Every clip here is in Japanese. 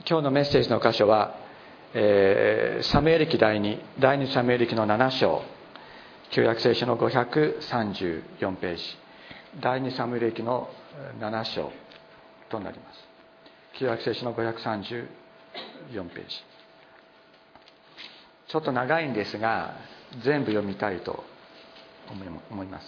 今日のメッセージの箇所は、サムエル記第2サムエル記の7章、旧約聖書の534ページ、第2サムエル記の7章となります。旧約聖書の534ページ。ちょっと長いんですが、全部読みたいと思います。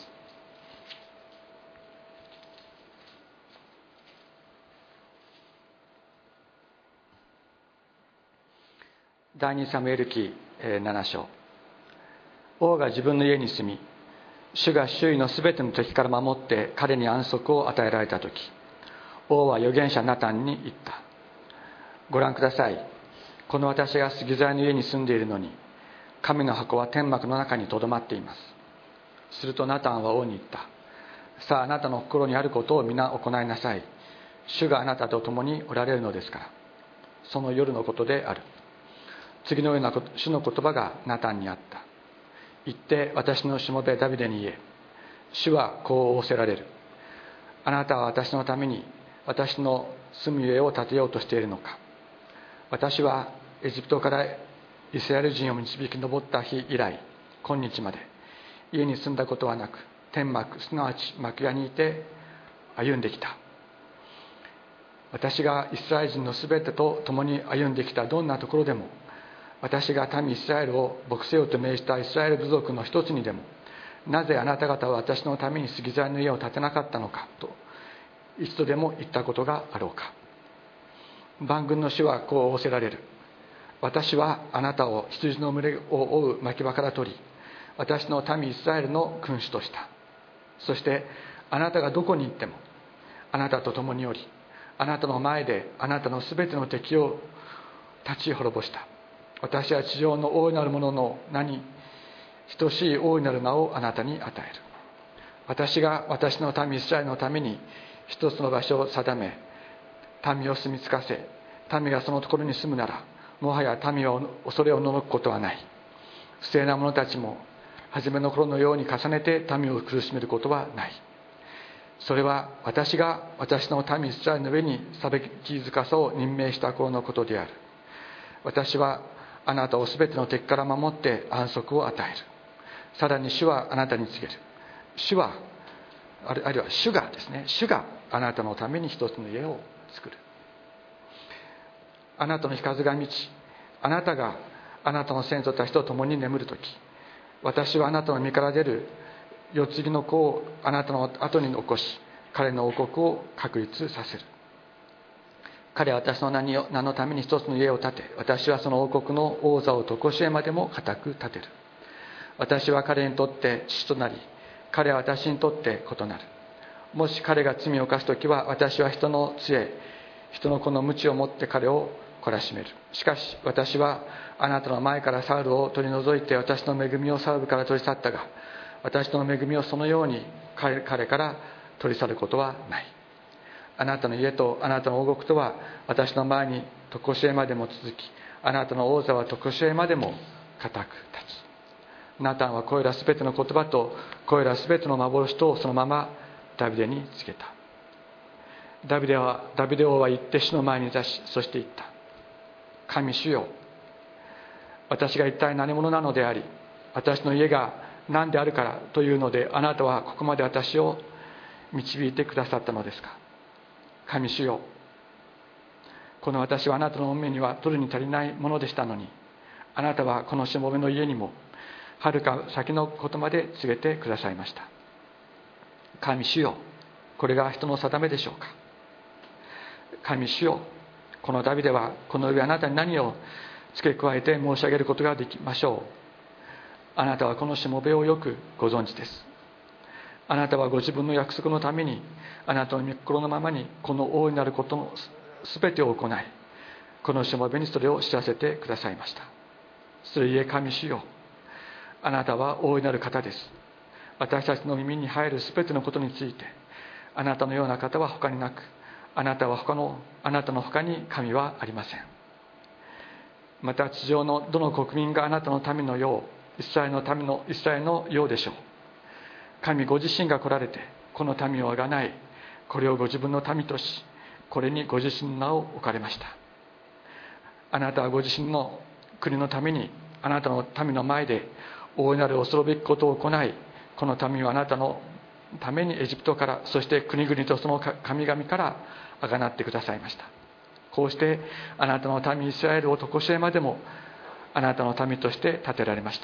第2サムエル記7章。王が自分の家に住み、主が周囲のすべての敵から守って彼に安息を与えられたとき、王は預言者ナタンに言った。ご覧ください。この私が杉材の家に住んでいるのに、神の箱は天幕の中にとどまっています。するとナタンは王に言った。さあ、あなたの心にあることを皆行いなさい。主があなたと共におられるのですから。その夜のことである。次のような主の言葉がナタンにあった。言って私のしもべダビデに言え。主はこう仰せられる。あなたは私のために私の住む家を建てようとしているのか。私はエジプトからイスラエル人を導き上った日以来、今日まで家に住んだことはなく、天幕すなわち幕屋にいて歩んできた。私がイスラエル人のすべてと共に歩んできたどんなところでも、私が民イスラエルを牧せようと命じたイスラエル部族の一つにでも、なぜあなた方は私のために杉材の家を建てなかったのかと一度でも言ったことがあろうか。万軍の主はこう仰せられる。私はあなたを羊の群れを追う牧場から取り、私の民イスラエルの君主とした。そしてあなたがどこに行っても、あなたと共におり、あなたの前であなたのすべての敵を立ち滅ぼした。私は地上の大いなるものの名に等しい大いなる名をあなたに与える。私が私の民イスラエルのために一つの場所を定め、民を住み着かせ、民がそのところに住むなら、もはや民は恐れをののくことはない。不正な者たちも初めの頃のように重ねて民を苦しめることはない。それは私が私の民イスラエルの上に裁き深さを任命した頃のことである。私はあなたをすべての敵から守って安息を与える。さらに主はあなたに告げる。主はあるいは主がですね、主があなたのために一つの家を作る。あなたの日数が満ち、あなたがあなたの先祖たちと共に眠るとき、私はあなたの身から出る世継ぎの子をあなたの後に残し、彼の王国を確立させる。彼は私の名のために一つの家を建て、私はその王国の王座を常しえまでも固く立てる。私は彼にとって父となり、彼は私にとって異なる。もし彼が罪を犯すときは、私は人の杖、人の子の鞭を持って彼を懲らしめる。しかし私はあなたの前からサウルを取り除いて、私の恵みをサウルから取り去ったが、私の恵みをそのように彼から取り去ることはない。あなたの家とあなたの王国とは私の前に常しえまでも続き、あなたの王座は常しえまでも固く立つ。ナタンはこれらすべての言葉とこれらすべての幻とそのままダビデに告げた。ダビデ王は言って主の前に立ち、そして言った。神主よ、私が一体何者なのであり、私の家が何であるからというので、あなたはここまで私を導いてくださったのですか。神主よ、この私はあなたの目には取るに足りないものでしたのに、あなたはこのしもべの家にもはるか先のことまで告げてくださいました。神主よ、これが人の定めでしょうか。神主よ、このダビデはこの上あなたに何を付け加えて申し上げることができましょう。あなたはこのしもべをよくご存知です。あなたはご自分の約束のために、あなたの御心のままにこの大いなることのすべてを行い、このしもべにそれを知らせてくださいました。それゆえ神主よ、あなたは大いなる方です。私たちの耳に入るすべてのことについて、あなたのような方は他になく、あなたの他に神はありません。また地上のどの国民があなたの民のよう、イスラエルのようでしょう。神ご自身が来られて、この民をあがない、これをご自分の民とし、これにご自身の名を置かれました。 あなたはご自身の国のために、あなたの民の前で大いなる恐るべきことを行い、この民はあなたのためにエジプトから、そして国々とその神々からあがなってくださいました。こうしてあなたの民イスラエルを常しえまでもあなたの民として立てられました。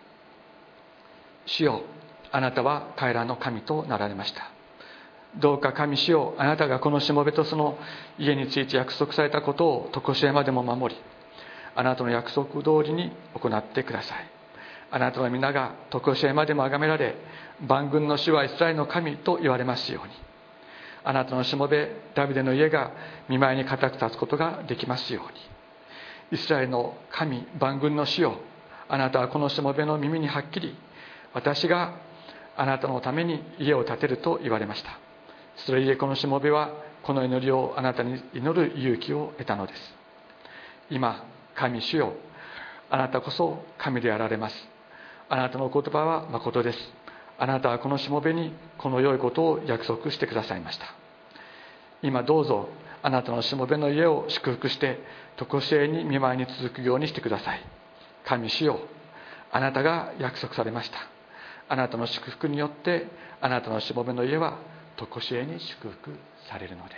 主よ、あなたは彼らの神となられました。どうか神主よ、あなたがこのしもべとその家について約束されたことを常しえまでも守り、あなたの約束通りに行ってください。あなたの皆が常しえまでも崇められ、万軍の主はイスラエルの神と言われますように、あなたのしもべダビデの家が御前に固く立つことができますように。イスラエルの神、万軍の主よ、あなたはこのしもべの耳にはっきり、私があなたのために家を建てると言われました。それゆえこのしもべはこの祈りをあなたに祈る勇気を得たのです。今、神主よ、あなたこそ神であられます。あなたの言葉は誠です。あなたはこのしもべにこの良いことを約束してくださいました。今どうぞあなたのしもべの家を祝福して常しえに御前に続くようにしてください。神主よ、あなたが約束されました。あなたの祝福によってあなたのしもべの家は常しえに祝福されるのです。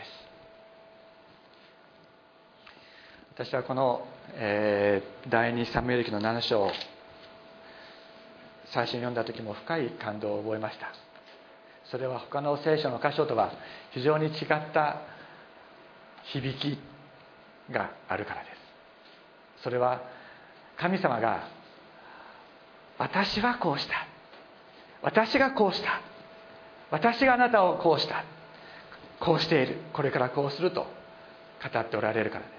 私はこの、第2サムエル記の7章、最初に読んだ時も深い感動を覚えました。それは他の聖書の箇所とは非常に違った響きがあるからです。それは神様が、私はこうした、私がこうした、私があなたをこうした、こうしている、これからこうすると語っておられるからです。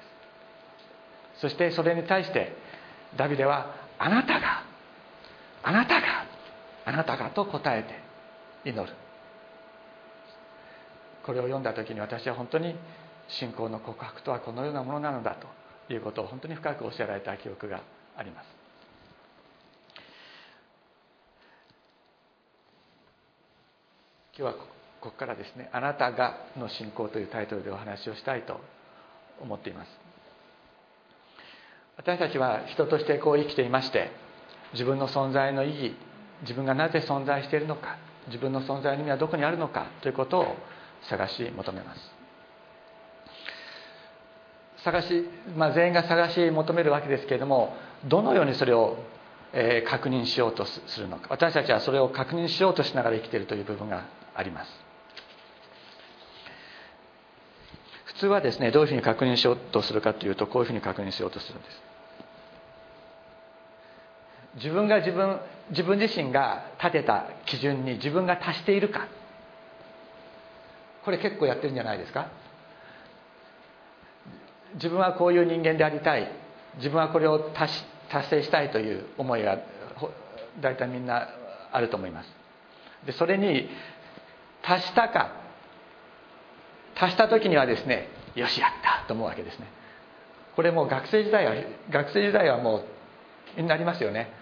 そしてそれに対してダビデは、あなたがあなたがあなたがと答えて祈る。これを読んだ時に私は本当に信仰の告白とはこのようなものなのだということを本当に深く教えられた記憶があります。今日はここからですね、あなたがの信仰というタイトルでお話をしたいと思っています。私たちは人としてこう生きていまして、自分の存在の意義、自分がなぜ存在しているのか、自分の存在の意味はどこにあるのかということを探し求めます。全員が探し求めるわけですけれども、どのようにそれを確認しようとするのか。私たちはそれを確認しようとしながら生きているという部分があります。普通はですね、どういうふうに確認しようとするかというと、こういうふうに確認しようとするんです。自分自身が立てた基準に自分が達しているか。これ結構やってるんじゃないですか。自分はこういう人間でありたい、自分はこれを達成したいという思いが大体みんなあると思います。でそれに達した時にはですね、よしやったと思うわけですね。これもう学生時代はもうみんなありますよね。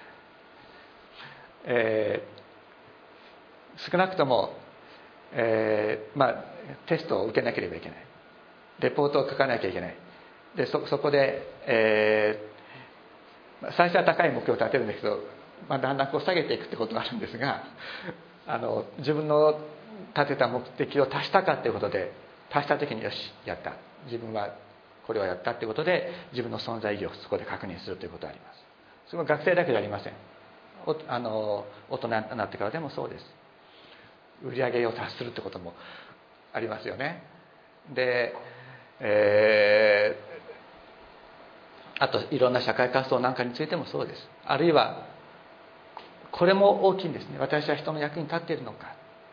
少なくとも、テストを受けなければいけない、レポートを書かなきゃいけない。で そこで、最初は高い目標を立てるんですけど、だんだん下げていくってことがあるんですが、自分の立てた目的を達したかということで、達した時によしやった、自分はこれをやったということで自分の存在意義をそこで確認するということがあります。それは学生だけじゃありません。大人になってからでもそうです。売り上げを達するってこともありますよね。で、あといろんな社会活動なんかについてもそうです。あるいはこれも大きいんですね。私は人の役に立っているのか、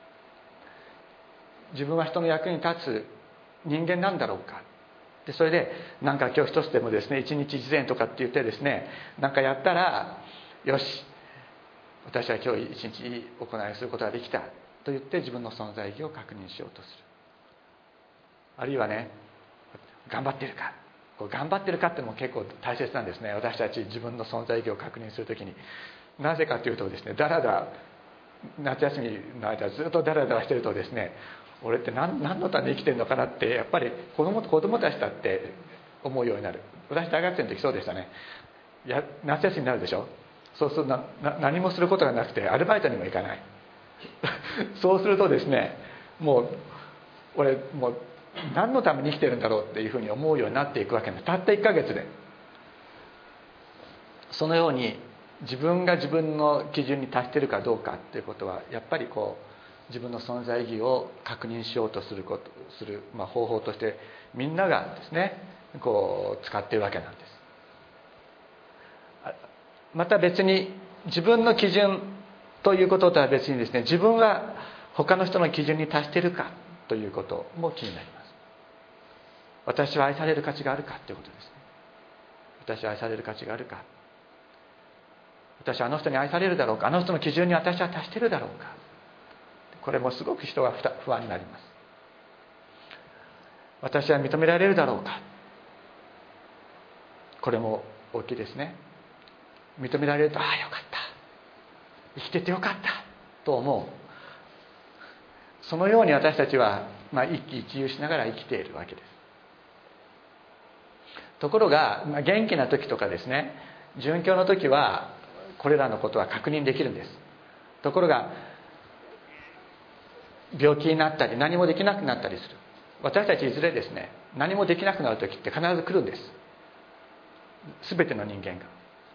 自分は人の役に立つ人間なんだろうか。でそれでなんか今日一つでもですね、一日一善とかって言ってですね、なんかやったらよし、私は今日一日行いすることができたと言って自分の存在意義を確認しようとする。あるいはね、頑張っているか、頑張っているかっていうのも結構大切なんですね。私たち自分の存在意義を確認するときに、なぜかというとですね、夏休みの間ずっとダラダラしてるとですね、俺って何のために生きてるのかなって、やっぱり子供たちだって思うようになる。 私大学生の時そうでしたね。夏休みになるでしょ。そうすると何もすることがなくてアルバイトにも行かないそうするとですね、もう俺もう何のために生きてるんだろうっていうふうに思うようになっていくわけです。たった1ヶ月で。そのように自分が自分の基準に達しているかどうかっていうことは、やっぱり自分の存在意義を確認しようとする方法としてみんながですね使っているわけなんです。また別に自分の基準ということとは別にですね、自分が他の人の基準に達しているかということも気になります。私は愛される価値があるかということですね。私は愛される価値があるか、私はあの人に愛されるだろうか、あの人の基準に私は達しているだろうか、これもすごく人が不安になります。私は認められるだろうか、これも大きいですね。認められると、ああよかった、生きててよかったと思う。そのように私たちは一喜一憂しながら生きているわけです。ところが、元気な時とかですね、順境の時はこれらのことは確認できるんです。ところが病気になったり何もできなくなったりする、私たちいずれですね、何もできなくなる時って必ず来るんです、全ての人間が。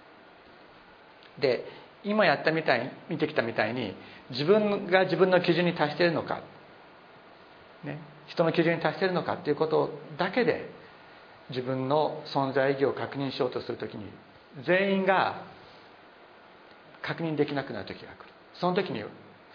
で、今見てきたみたいに、自分が自分の基準に達しているのか、人の基準に達しているのかということだけで自分の存在意義を確認しようとするときに、全員が確認できなくなる時が来る。その時に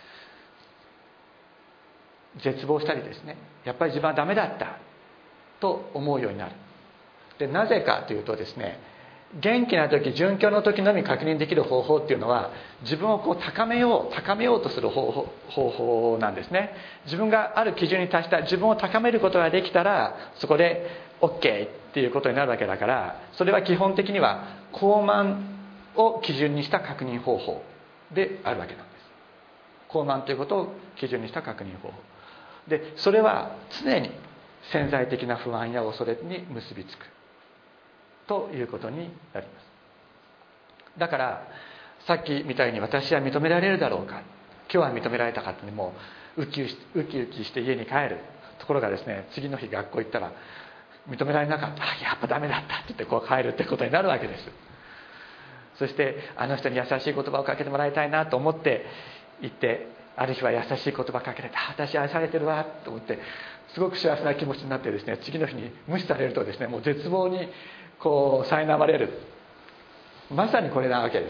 絶望したりですね、やっぱり自分はダメだったと思うようになる。で、なぜかというとですね、元気な時、順境の時のみ確認できる方法っていうのは、自分を高めようとする方法なんですね。自分がある基準に達した、自分を高めることができたら、そこで OK っていうことになるわけだから、それは基本的には高慢を基準にした確認方法であるわけなんです。高慢ということを基準にした確認方法で、それは常に潜在的な不安や恐れに結びつくということになります。だからさっきみたいに、私は認められるだろうか、今日は認められたかって、もうウキウキして家に帰るところがですね、次の日学校行ったら認められなかった、やっぱダメだったって言って帰るってことになるわけです。そしてあの人に優しい言葉をかけてもらいたいなと思って行って、ある日は優しい言葉かけられて、私愛されてるわと思ってすごく幸せな気持ちになってですね、次の日に無視されるとですね、もう絶望に苛まれる。まさにこれなわけです。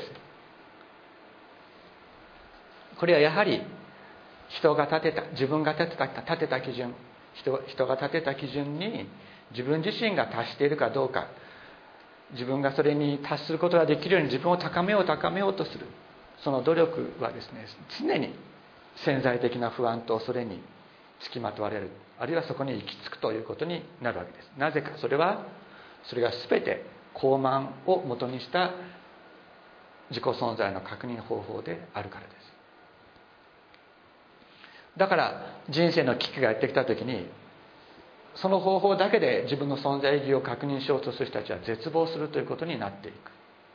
これはやはり自分が立てた基準、人が立てた基準に自分自身が達しているかどうか、自分がそれに達することができるように自分を高めようとする、その努力はですね、常に潜在的な不安と恐れにつきまとわれる、あるいはそこに行き着くということになるわけです。なぜか、それが全て高慢をもとにした自己存在の確認方法であるからです。だから人生の危機がやってきたときに、その方法だけで自分の存在意義を確認しようとする人たちは絶望するということになっていく。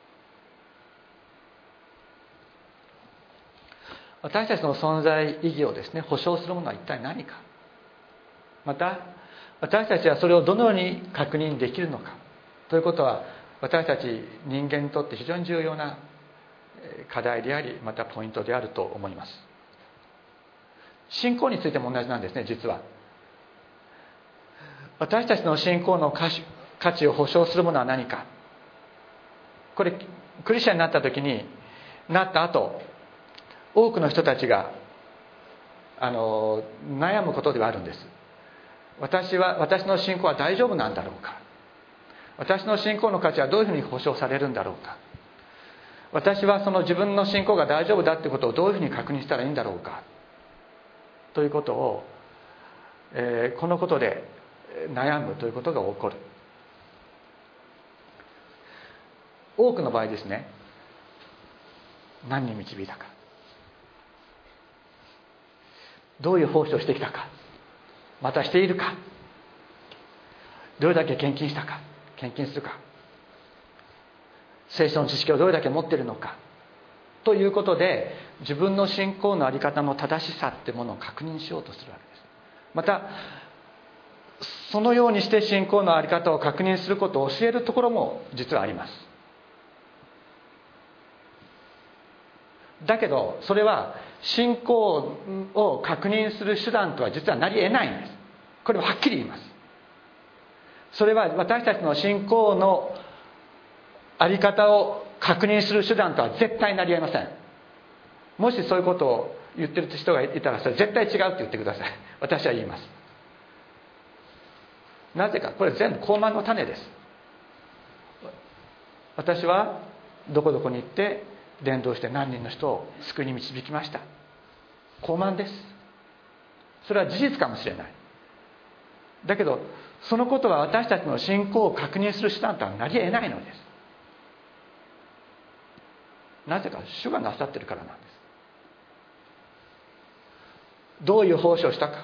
私たちの存在意義をですね、保証するものは一体何か、また私たちはそれをどのように確認できるのかということは、私たち人間にとって非常に重要な課題であり、またポイントであると思います。信仰についても同じなんですね。実は私たちの信仰の価値を保証するものは何か、これクリスチャンになった後、多くの人たちが悩むことではあるんです。私の信仰は大丈夫なんだろうか、私の信仰の価値はどういうふうに保証されるんだろうか、私はその自分の信仰が大丈夫だということをどういうふうに確認したらいいんだろうかということを、このことで悩むということが起こる。多くの場合ですね、何に導いたか、どういう奉仕をしてきたか、またしているか、どれだけ献金するか、 聖書の知識をどれだけ持っているのかということで、自分の信仰の在り方の正しさってものを確認しようとするわけです。またそのようにして信仰の在り方を確認することを教えるところも実はあります。だけどそれは信仰を確認する手段とは実はなり得ないんです。これははっきり言います。それは私たちの信仰の在り方を確認する手段とは絶対なり得ません。もしそういうことを言ってる人がいたら、それ絶対違うって言ってください。私は言います。なぜか、これ全部傲慢の種です。私はどこどこに行って伝道して何人の人を救いに導きました。傲慢です。それは事実かもしれない。だけどそのことは私たちの信仰を確認する手段とはなり得ないのです。なぜか、主がなさっているからなんです。どういう奉仕をしたか、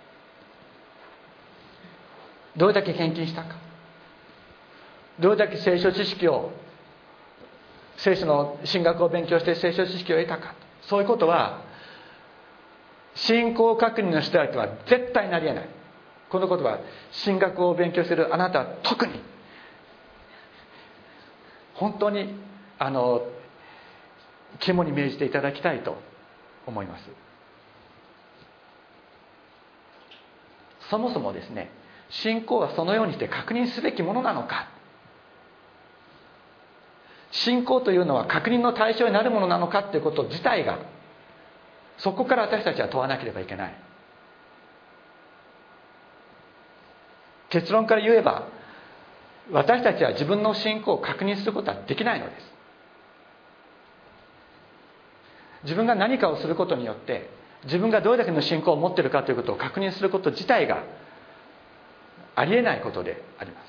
どれだけ献金したか、どれだけ聖書知識を、聖書の神学を勉強して聖書知識を得たか、そういうことは信仰確認の手段とは絶対なり得ない。このことは神学を勉強しているあなたは特に本当に肝に銘じていただきたいと思います。そもそもですね、信仰はそのようにして確認すべきものなのか、信仰というのは確認の対象になるものなのかということ自体が、そこから私たちは問わなければいけない。結論から言えば、私たちは自分の信仰を確認することはできないのです。自分が何かをすることによって自分がどれだけの信仰を持っているかということを確認すること自体がありえないことであります。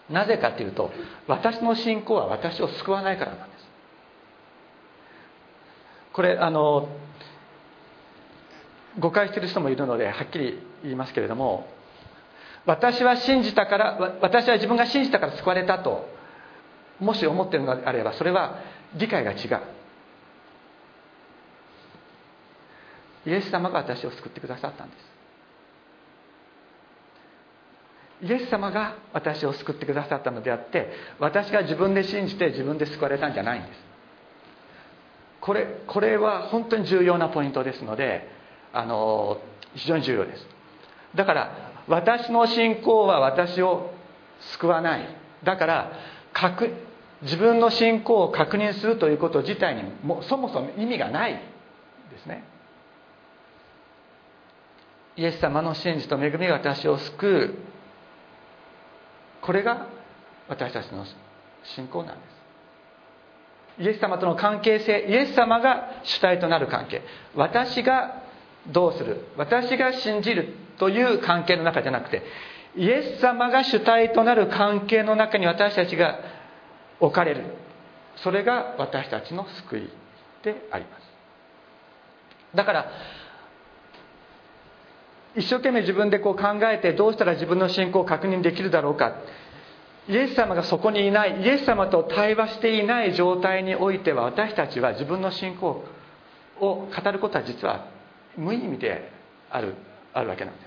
なぜかというと、私の信仰は私を救わないからなんです。これ誤解している人もいるのではっきり言いますけれども、私は自分が信じたから救われたともし思っているのであれば、それは理解が違う。イエス様が私を救ってくださったんです。イエス様が私を救ってくださったのであって、私が自分で信じて自分で救われたんじゃないんです。これは本当に重要なポイントですので、非常に重要です。だから私の信仰は私を救わない。だから自分の信仰を確認するということ自体にそもそも意味がないですね。イエス様の真実と恵みが私を救う、これが私たちの信仰なんです。イエス様との関係性、イエス様が主体となる関係、私がどうする、私が信じるという関係の中じゃなくて、イエス様が主体となる関係の中に私たちが置かれる、それが私たちの救いであります。だから一生懸命自分で考えて、どうしたら自分の信仰を確認できるだろうか、イエス様がそこにいない、イエス様と対話していない状態においては、私たちは自分の信仰を語ることは実は無意味であるわけなんです。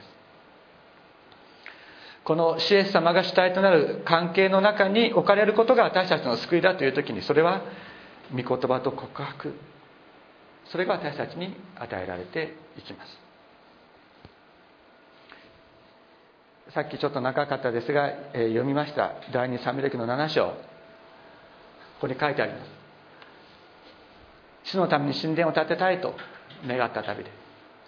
このイエス様が主体となる関係の中に置かれることが私たちの救いだという時に、それは御言葉と告白、それが私たちに与えられていきます。さっきちょっと長かったですが、読みました第二サムエル記の7章、ここに書いてあります。主のために神殿を建てたいと願った旅で、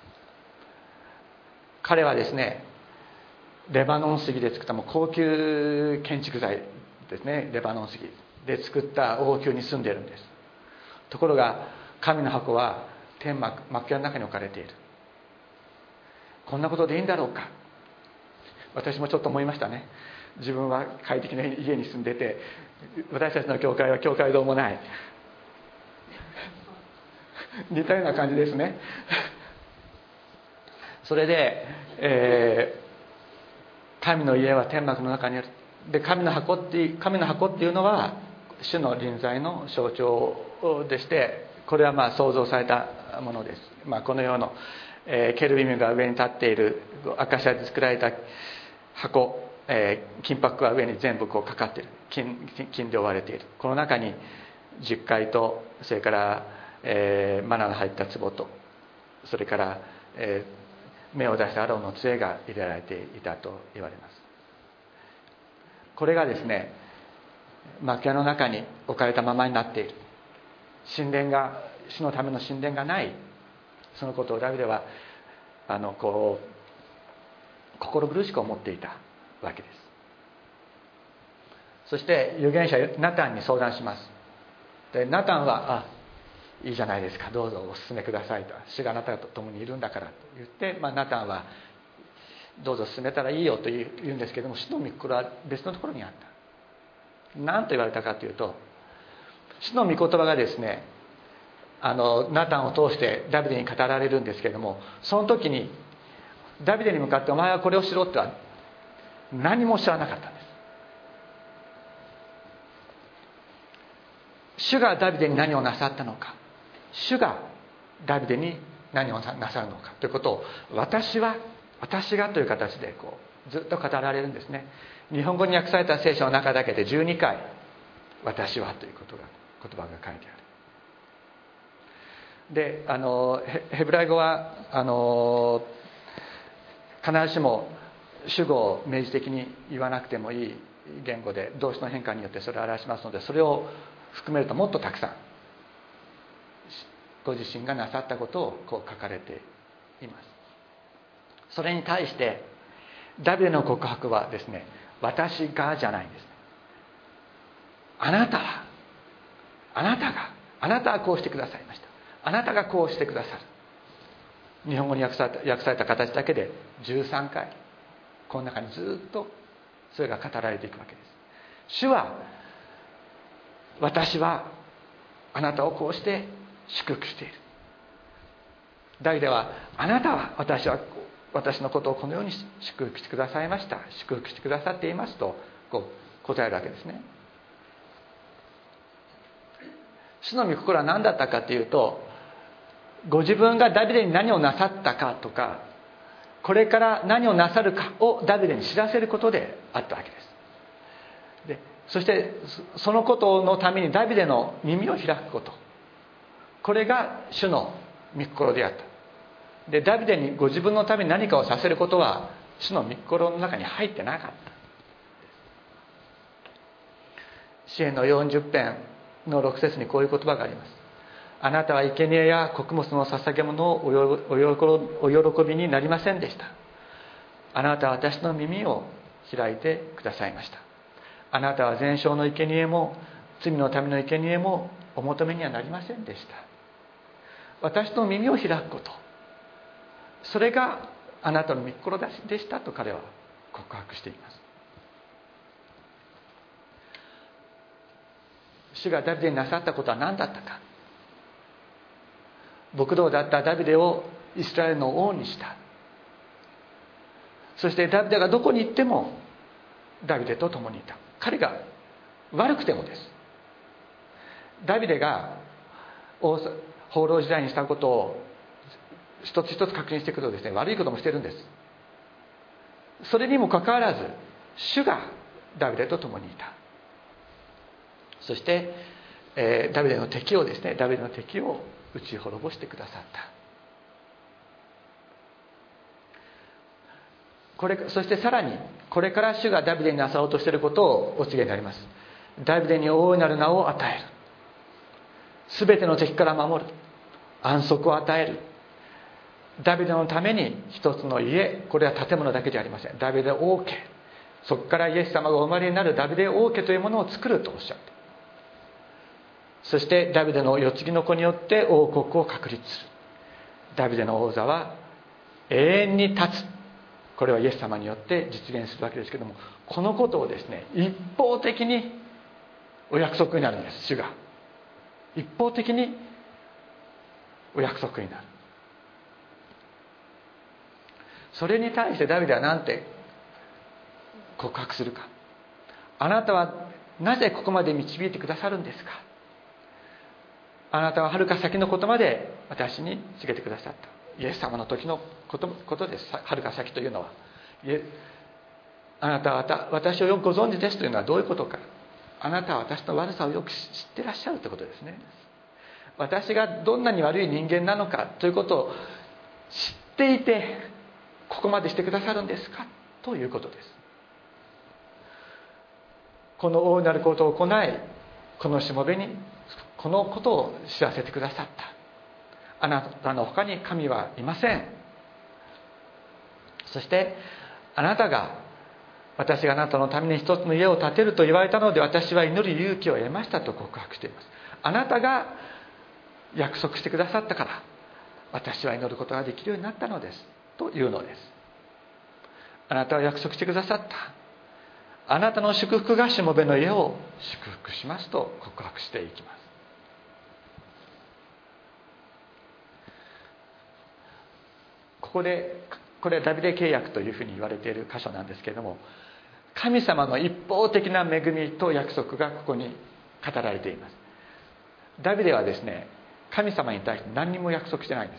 彼はですね、レバノン杉で作った高級建築材ですね、レバノン杉で作った王宮に住んでいるんです。ところが神の箱は天幕屋の中に置かれている。こんなことでいいんだろうか。私もちょっと思いましたね。自分は快適な家に住んでて、私たちの教会は教会堂もない似たような感じですね。それで、神の家は天幕の中にある。 で神の箱っていうのは主の臨在の象徴でして、これは創造されたものです。この世の、ケルビムが上に立っているアカシアで作られた箱、金箔が上に全部かかっている、金で覆われている。この中に十戒と、それから、マナの入った壺と、それから、目を出したアロンの杖が入れられていたと言われます。これがですね、幕屋の中に置かれたままになっている。主のための神殿がない、そのことをダビデは心苦しく思っていたわけです。そして預言者ナタンに相談します。でナタンは、いいじゃないですか、どうぞお勧めくださいと、主があなたと共にいるんだからと言って、ナタンはどうぞ進めたらいいよと言うんですけども、主の御心は別のところにあった。何と言われたかというと、主の御言葉がですね、ナタンを通してダビデに語られるんですけれども、その時にダビデに向かってお前はこれをしろっては何も知らなかったんです。主がダビデに何をなさったのか、主がダビデに何をなさるのかということを私がという形でずっと語られるんですね。日本語に訳された聖書の中だけで12回私はという言葉が書いてある。でヘブライ語は必ずしも主語を明示的に言わなくてもいい言語で、動詞の変化によってそれを表しますので、それを含めるともっとたくさんご自身がなさったことを書かれています。それに対してダビデの告白はですね、私がじゃないんです。あなたはこうしてくださいました。あなたがこうしてくださる。日本語に訳された形だけで13回、この中にずっとそれが語られていくわけです。主は、私はあなたをこうして祝福している。ダビデは、あなたは私のことをこのように祝福してくださいました、祝福してくださっていますと答えるわけですね。主の御心は何だったかというと、ご自分がダビデに何をなさったかとか、これから何をなさるかをダビデに知らせることであったわけです。でそしてそのことのためにダビデの耳を開くこと、これが主の御心であった。でダビデにご自分のために何かをさせることは主の御心の中に入ってなかった。詩篇の40編の6節にこういう言葉があります。あなたは生贄や穀物の捧げ物をお喜びになりませんでした。あなたは私の耳を開いてくださいました。あなたは全焼の生贄も罪のための生贄もお求めにはなりませんでした。私の耳を開くこと、それがあなたの御心でしたと彼は告白しています。主がダビデになさったことは何だったか。牧道だったダビデをイスラエルの王にした。そしてダビデがどこに行ってもダビデと共にいた。彼が悪くてもです。ダビデが放浪時代にしたことを一つ一つ確認していくとですね、悪いこともしてるんです。それにもかかわらず主がダビデと共にいた。そして、ダビデの敵を打ち滅ぼしてくださった。そしてさらにこれから主がダビデになさろうとしていることをお告げになります。ダビデに大いなる名を与える、すべての敵から守る、安息を与える。ダビデのために一つの家、これは建物だけではありません。ダビデ王家、そこからイエス様がお生まれになるダビデ王家というものを作るとおっしゃって、そしてダビデの世継ぎの子によって王国を確立する。ダビデの王座は永遠に立つ。これはイエス様によって実現するわけですけども、このことをですね、一方的にお約束になるんです。主が一方的にお約束になる。それに対してダビデは何て告白するか。 あなたはなぜここまで導いてくださるんですか。あなたははるか先のことまで私に告げてくださった。イエス様の時のことです。はるか先というのは、あなたは私をよくご存知ですというのはどういうことか。あなたは私の悪さをよく知ってらっしゃるということですね。私がどんなに悪い人間なのかということを知っていてここまでしてくださるんですかということです。この大いなることを行い、このしもべにこのことを知らせてくださった。あなたの他に神はいません。そしてあなたが、私があなたのために一つの家を建てると言われたので私は祈る勇気を得ましたと告白しています。あなたが約束してくださったから私は祈ることができるようになったのですというのです。あなたは約束してくださった。あなたの祝福がしもべの家を祝福しますと告白していきます。これはダビデ契約というふうに言われている箇所なんですけれども、神様の一方的な恵みと約束がここに語られています。ダビデはですね、神様に対して何にも約束してないんです。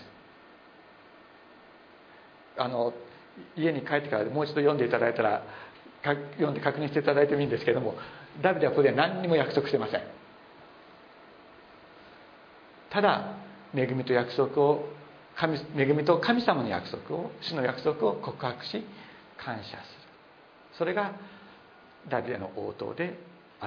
家に帰ってからもう一度読んでいただいたら、読んで確認していただいてもいいんですけれども、ダビデはここで何にも約束してません。ただ恵みと約束を恵みと神様の約束を、主の約束を告白し感謝する。それがダビデの応答であった。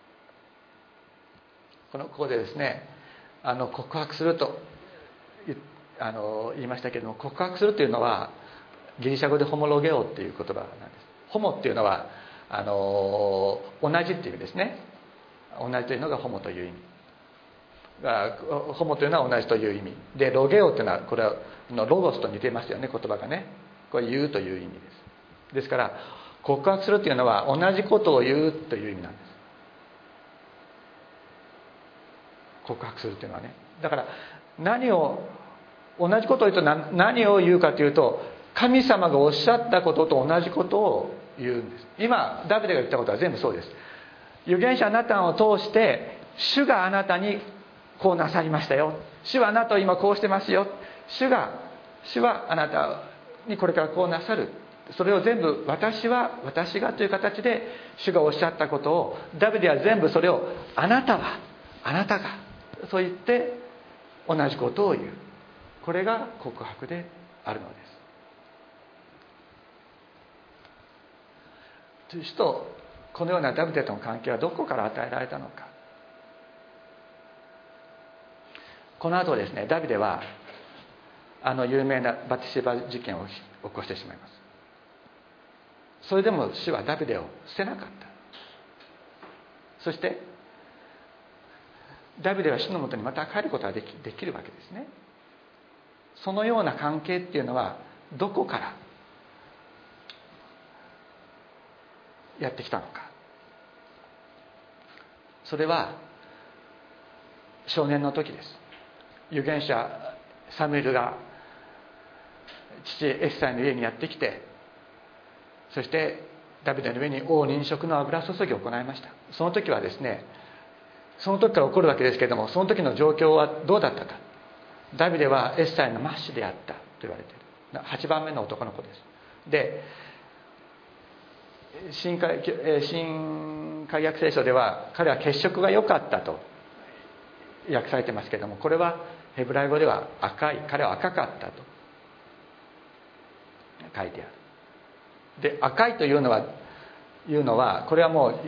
ここでですね、告白すると言いましたけれども、告白するというのはギリシャ語でホモロゲオっていう言葉なんです。ホモっていうのは同じっていう意味ですね。同じというのがホモという意味。ホモというのは同じという意味で、ロゲオというのはこれはロゴスと似てますよね、言葉がね。これ言うという意味です。ですから告白するというのは同じことを言うという意味なんです。告白するというのはね。だから同じことを言うと何を言うかというと、神様がおっしゃったことと同じことを言うんです。今ダビデが言ったことは全部そうです。預言者ナタンを通して主があなたにこうなさりましたよ、主はあなたを今こうしてますよ、主はあなたにこれからこうなさる、それを全部私がという形で主がおっしゃったことを、ダビデは全部それをあなたがそう言って同じことを言う。これが告白であるのです。主とこのようなダビデとの関係はどこから与えられたのか。この後ですね、ダビデは有名なバティシェバ事件を起こしてしまいます。それでも主はダビデを捨てなかった。そしてダビデは主のもとにまた帰ることができるわけですね。そのような関係っていうのはどこからやってきたのか。それは少年の時です。預言者サムエルが父エッサイの家にやってきて、そしてダビデの上に王認職の油注ぎを行いました。その時はですね、その時から起こるわけですけれども、その時の状況はどうだったか。ダビデはエッサイの末子であったと言われている。8番目の男の子です。で、新改約聖書では彼は血色が良かったと訳されてますけれども、これはヘブライ語では彼は赤かったと書いてある。で、赤いというのはこれはもう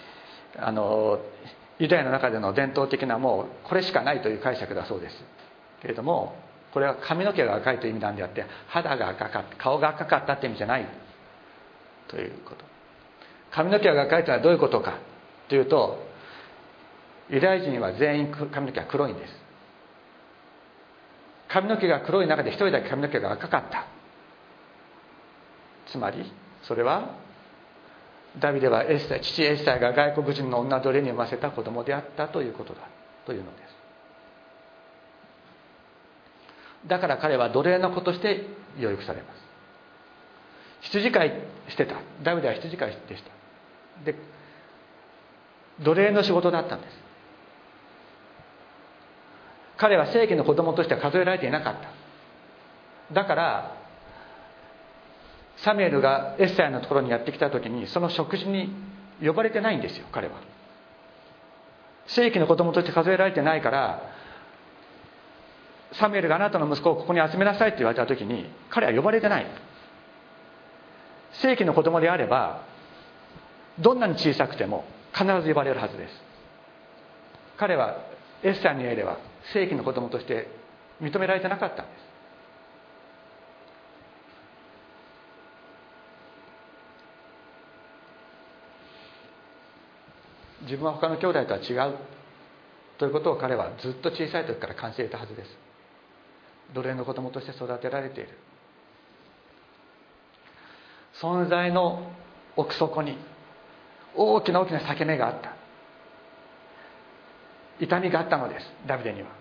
ユダヤの中での伝統的なもうこれしかないという解釈だそうですけれども、これは髪の毛が赤いという意味なんであって、肌が赤かった、顔が赤かったという意味じゃないということ。髪の毛が赤いというのはどういうことかというと、ユダヤ人は全員髪の毛が黒いんです。髪の毛が黒い中で一人だけ髪の毛が赤かった。つまりそれはダビデは父エッサイが外国人の女奴隷に産ませた子供であったということだというのです。だから彼は奴隷の子として養育されます。羊飼いしてた。ダビデは羊飼いでした。 で、奴隷の仕事だったんです。彼は正規の子供としては数えられていなかった。だからサミュエルがエッサイのところにやってきた時に、その食事に呼ばれてないんですよ。彼は正規の子供として数えられてないから、サミュエルがあなたの息子をここに集めなさいって言われた時に、彼は呼ばれてない。正規の子供であれば、どんなに小さくても必ず呼ばれるはずです。彼はエッサイの家では正規の子供として認められてなかったんです。自分は他の兄弟とは違うということを彼はずっと小さい時から感じていたはずです。奴隷の子供として育てられている。存在の奥底に大きな大きな裂け目があった。痛みがあったのです、ダビデには。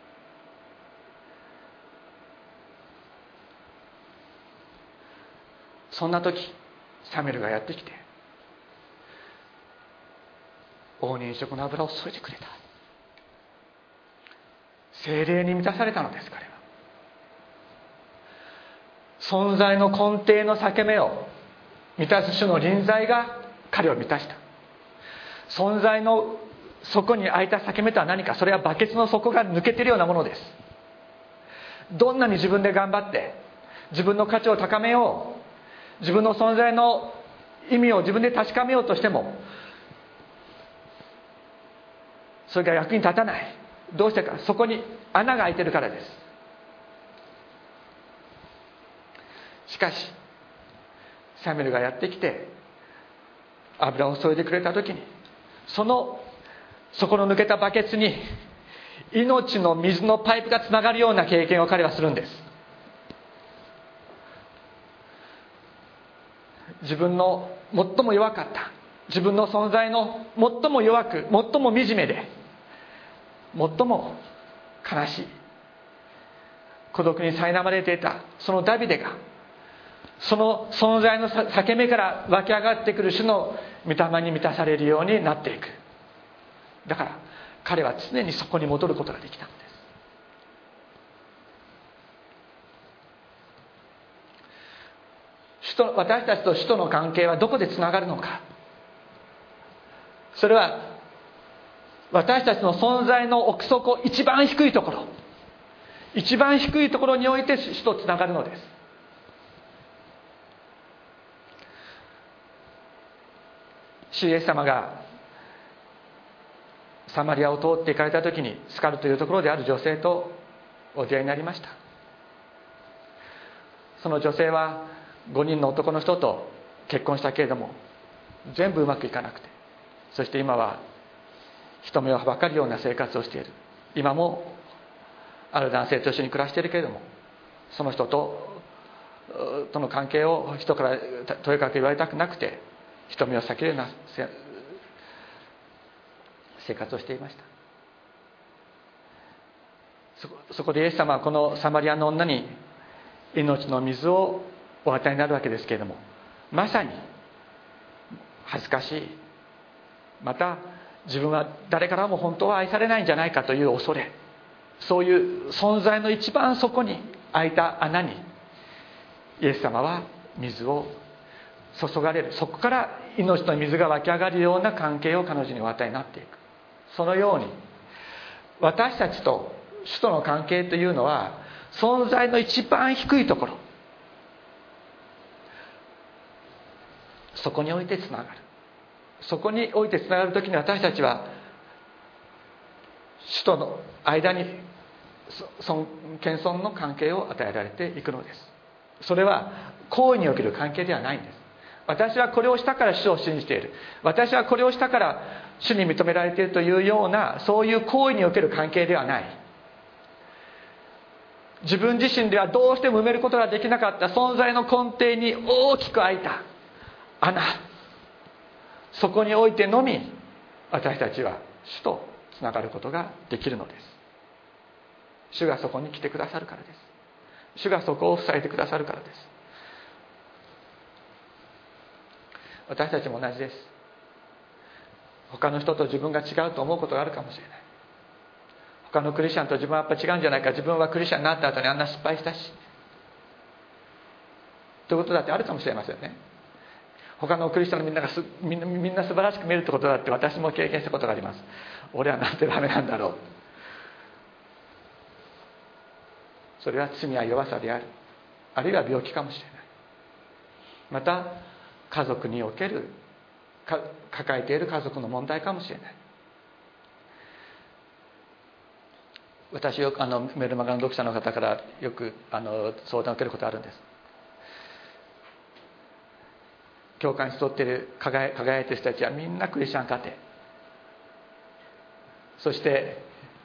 そんな時、サミュエルがやってきて、黄金色の油を注いでくれた。聖霊に満たされたのです。彼は存在の根底の裂け目を満たす主の臨在が彼を満たした。存在の底に開いた裂け目とは何か。それはバケツの底が抜けているようなものです。どんなに自分で頑張って自分の価値を高めよう、自分の存在の意味を自分で確かめようとしても、それが役に立たない。どうしてか、そこに穴が開いているからです。しかしサミュエルがやってきて油を注いでくれた時に、その底の抜けたバケツに命の水のパイプがつながるような経験を彼はするんです。自分の最も弱かった、自分の存在の最も弱く、最も惨めで、最も悲しい、孤独に苛まれていたそのダビデが、その存在の裂け目から湧き上がってくる主の御霊に満たされるようになっていく。だから彼は常にそこに戻ることができたんです。私たちと主との関係はどこでつながるのか。それは私たちの存在の奥底、一番低いところ、一番低いところにおいて主とつながるのです。主イエス様がサマリアを通って行かれた時に、スカルというところである女性とお出会いになりました。その女性は5人の男の人と結婚したけれども、全部うまくいかなくて、そして今は人目をはばかるような生活をしている。今もある男性と一緒に暮らしているけれども、その人との関係を人からとにかく言われたくなくて、人目を避けるような生活をしていました。そこでイエス様はこのサマリアの女に命の水をお与えになるわけですけれども、まさに恥ずかしい、また自分は誰からも本当は愛されないんじゃないかという恐れ、そういう存在の一番底に開いた穴にイエス様は水を注がれる。そこから命の水が湧き上がるような関係を彼女にお与えになっていく。そのように私たちと主との関係というのは、存在の一番低いところ、そこにおいてつながる。そこにおいてつながるときに、私たちは主との間に謙遜の関係を与えられていくのです。それは行為における関係ではないんです。私はこれをしたから主を信じている、私はこれをしたから主に認められているというような、そういう行為における関係ではない。自分自身ではどうしても埋めることができなかった存在の根底に大きく開いた穴、そこにおいてのみ私たちは主とつながることができるのです。主がそこに来てくださるからです。主がそこを塞いでくださるからです。私たちも同じです。 他の人と自分が違うと思うことがあるかもしれない。他のクリスチャンと自分はやっぱ違うんじゃないか、自分はクリスチャンになった後にあんな失敗したしということだってあるかもしれませんね。他のクリスチャンのみんな素晴らしく見えるってことだって私も経験したことがあります。俺はなんてダメなんだろう。それは罪や弱さである、あるいは病気かもしれない。また家族における抱えている家族の問題かもしれない。私よくメルマガの読者の方からよく相談を受けることがあるんです。教会に集っている輝いている人たちはみんなクリスチャン家庭、そして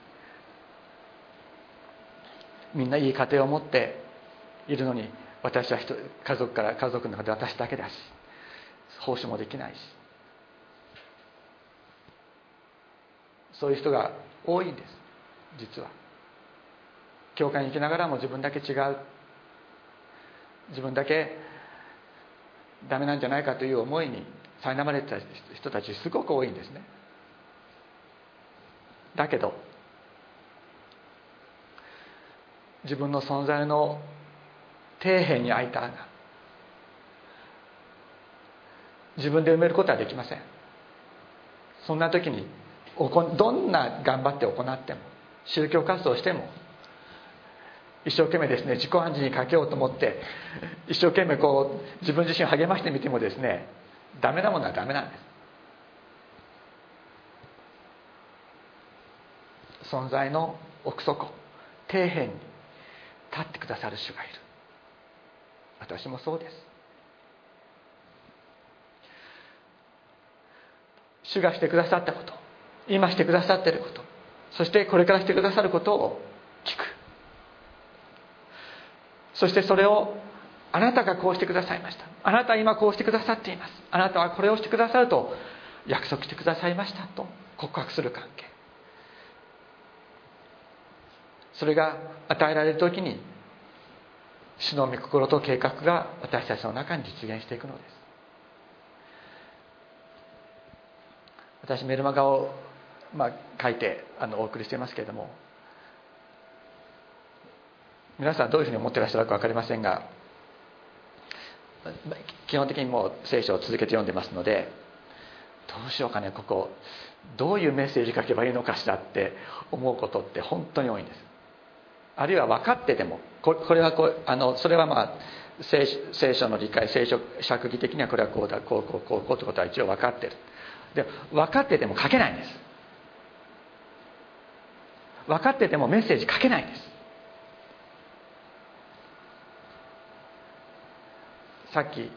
みんないい家庭を持っているのに、私は家族の中で私だけだし、奉仕もできないし、そういう人が多いんです。実は教会に行きながらも自分だけ違う、自分だけダメなんじゃないかという思いに苛まれてた人たちすごく多いんですね。だけど自分の存在の底辺に開いた穴、自分で埋めることはできません。そんな時にどんな頑張って行っても、宗教活動をしても、一生懸命ですね、自己暗示にかけようと思って一生懸命自分自身を励ましてみてもですね、ダメなものはダメなんです。存在の奥底底辺に立ってくださる主がいる。私もそうです。主がしてくださったこと、今してくださっていること、そしてこれからしてくださることを聞く。そしてそれを、あなたがこうしてくださいました、あなたは今こうしてくださっています、あなたはこれをしてくださると約束してくださいましたと告白する関係。それが与えられるときに、主の御心と計画が私たちの中に実現していくのです。私メルマガを、書いてお送りしていますけれども、皆さんどういうふうに思っていらっしゃるか分かりませんが、基本的にもう聖書を続けて読んでますので、どうしようかね、ここどういうメッセージ書けばいいのかしらって思うことって本当に多いんです。あるいは分かってても、これはそれは聖書の理解、聖書釈義的にはこれはこうだ、こうってことは一応分かってる。で分かってても書けないんです。分かっててもメッセージ書けないんです。さっき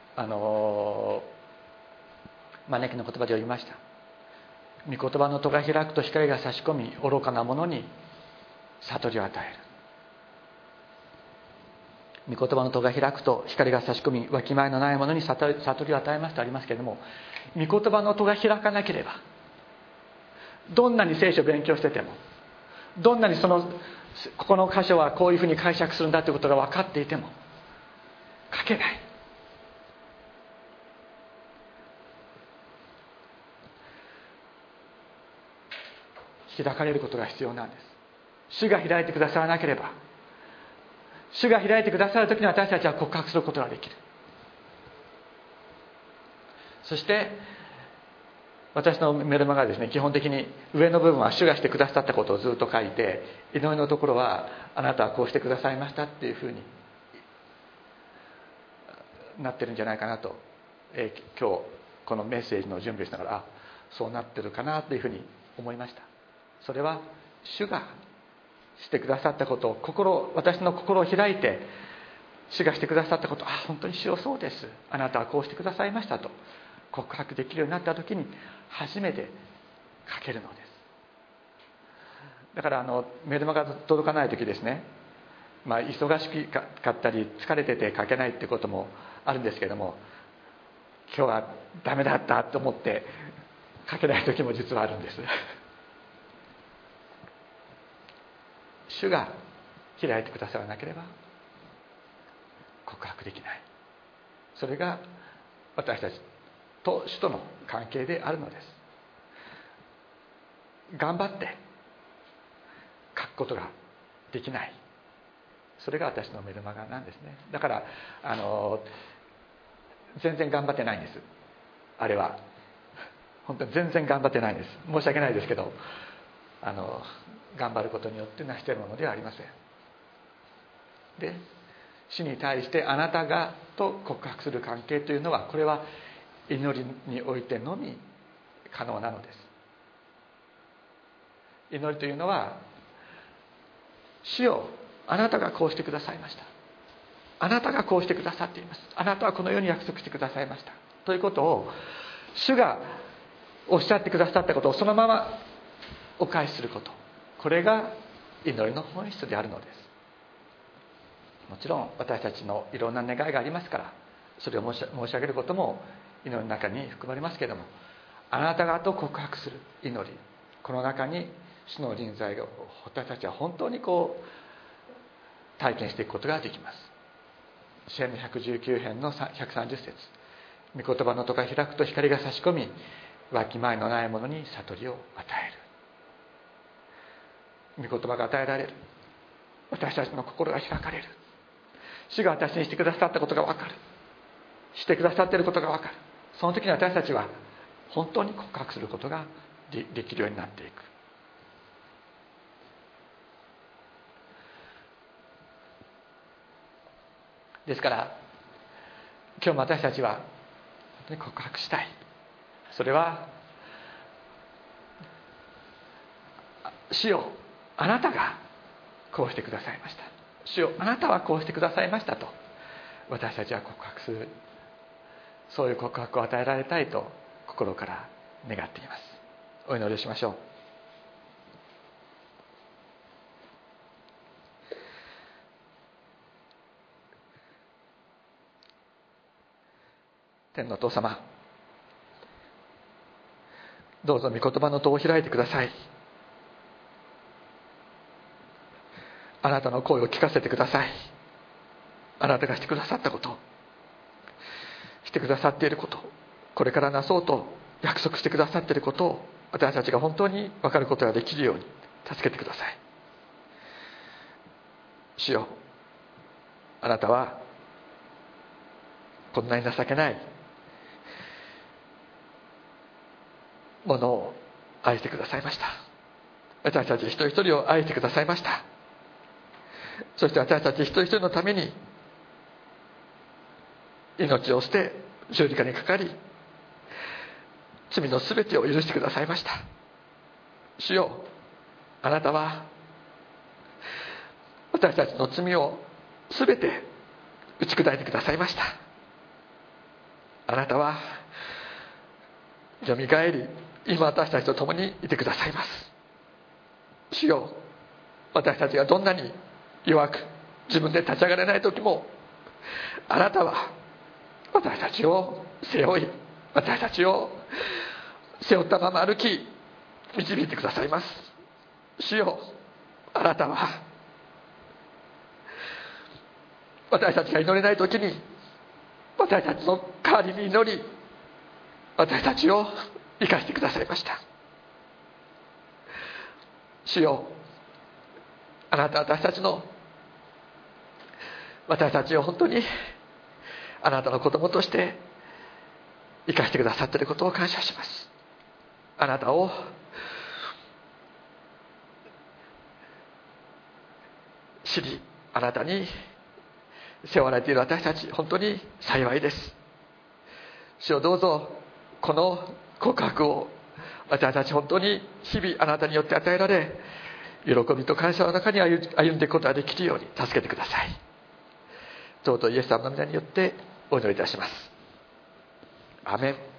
招きの言葉で読みました。御言葉の戸が開くと光が差し込み、愚かな者に悟りを与える。御言葉の戸が開くと光が差し込み、わきまえのない者に悟りを与えますとありますけれども、御言葉の戸が開かなければ、どんなに聖書を勉強してても、どんなにここの箇所はこういうふうに解釈するんだということが分かっていても書けない。開かれることが必要なんです。主が開いてくださらなければ、主が開いてくださるときに私たちは告白することができる。そして私のメルマガはですね、基本的に上の部分は主がしてくださったことをずっと書いて、井上のところはあなたはこうしてくださいましたっていうふうになってるんじゃないかなと、今日このメッセージの準備をしながら、そうなってるかなというふうに思いました。それは主がしてくださったことを私の心を開いて、主がしてくださったこと、本当に主よそうです、あなたはこうしてくださいましたと告白できるようになった時に初めて書けるのです。だからメルマガが届かない時ですね、忙しかったり疲れてて書けないってこともあるんですけども、今日はダメだったと思って書けない時も実はあるんです。主が開いてくださらなければ告白できない。それが私たちと主との関係であるのです。 頑張って書くことができない。それが私のメルマガなんですね。だから全然頑張ってないんです。あれは本当に全然頑張ってないんです。申し訳ないですけど、頑張ることによって成しているものではありません。で、主に対してあなたがと告白する関係というのは、これは祈りにおいてのみ可能なのです。祈りというのは、主よ、あなたがこうしてくださいました、あなたがこうしてくださっています、あなたはこのように約束してくださいましたということを、主がおっしゃってくださったことをそのままお返しすること、これが祈りの本質であるのです。もちろん私たちのいろんな願いがありますから、それを申し上げることも祈りの中に含まれますけれども、あなたがと告白する祈り、この中に主の臨在を私たちは本当に体験していくことができます。詩編の119編の130節、御言葉の戸が開くと光が差し込み、わきまえのないものに悟りを与える。御言葉が与えられる。私たちの心が開かれる。主が私にしてくださったことが分かる。してくださっていることが分かる。その時に私たちは本当に告白することができるようになっていく。ですから今日も私たちは本当に告白したい。それは、主よ、あなたがこうしてくださいました、主よ、あなたはこうしてくださいましたと私たちは告白する、そういう告白を与えられたいと心から願っています。お祈りをしましょう。天のお父様、どうぞ御言葉の戸を開いてください。あなたの声を聞かせてください。あなたがしてくださったこと、してくださっていること、これからなそうと約束してくださっていることを私たちが本当に分かることができるように助けてください。主よ、あなたはこんなに情けないものを愛してくださいました。私たち一人一人を愛してくださいました。そして私たち一人一人のために命を捨て十字架にかかり、罪のすべてを許してくださいました。主よ、あなたは私たちの罪をすべて打ち砕いてくださいました。あなたはよみがえり、今私たちと共にいてくださいます。主よ、私たちがどんなに弱く自分で立ち上がれない時も、あなたは私たちを背負い、私たちを背負ったまま歩き導いてくださいます。主よ、あなたは私たちが祈れない時に私たちの代わりに祈り、私たちを生かしてくださいました。主よ、あなたは私たちを本当にあなたの子供として生かしてくださっていることを感謝します。あなたを知り、あなたに背負われている私たち、本当に幸いです。主よ、どうぞこの告白を私たち本当に日々あなたによって与えられ、喜びと感謝の中に歩んでいくことができるように助けてください。どうぞイエス様の皆によってお祈りいたします。アーメン。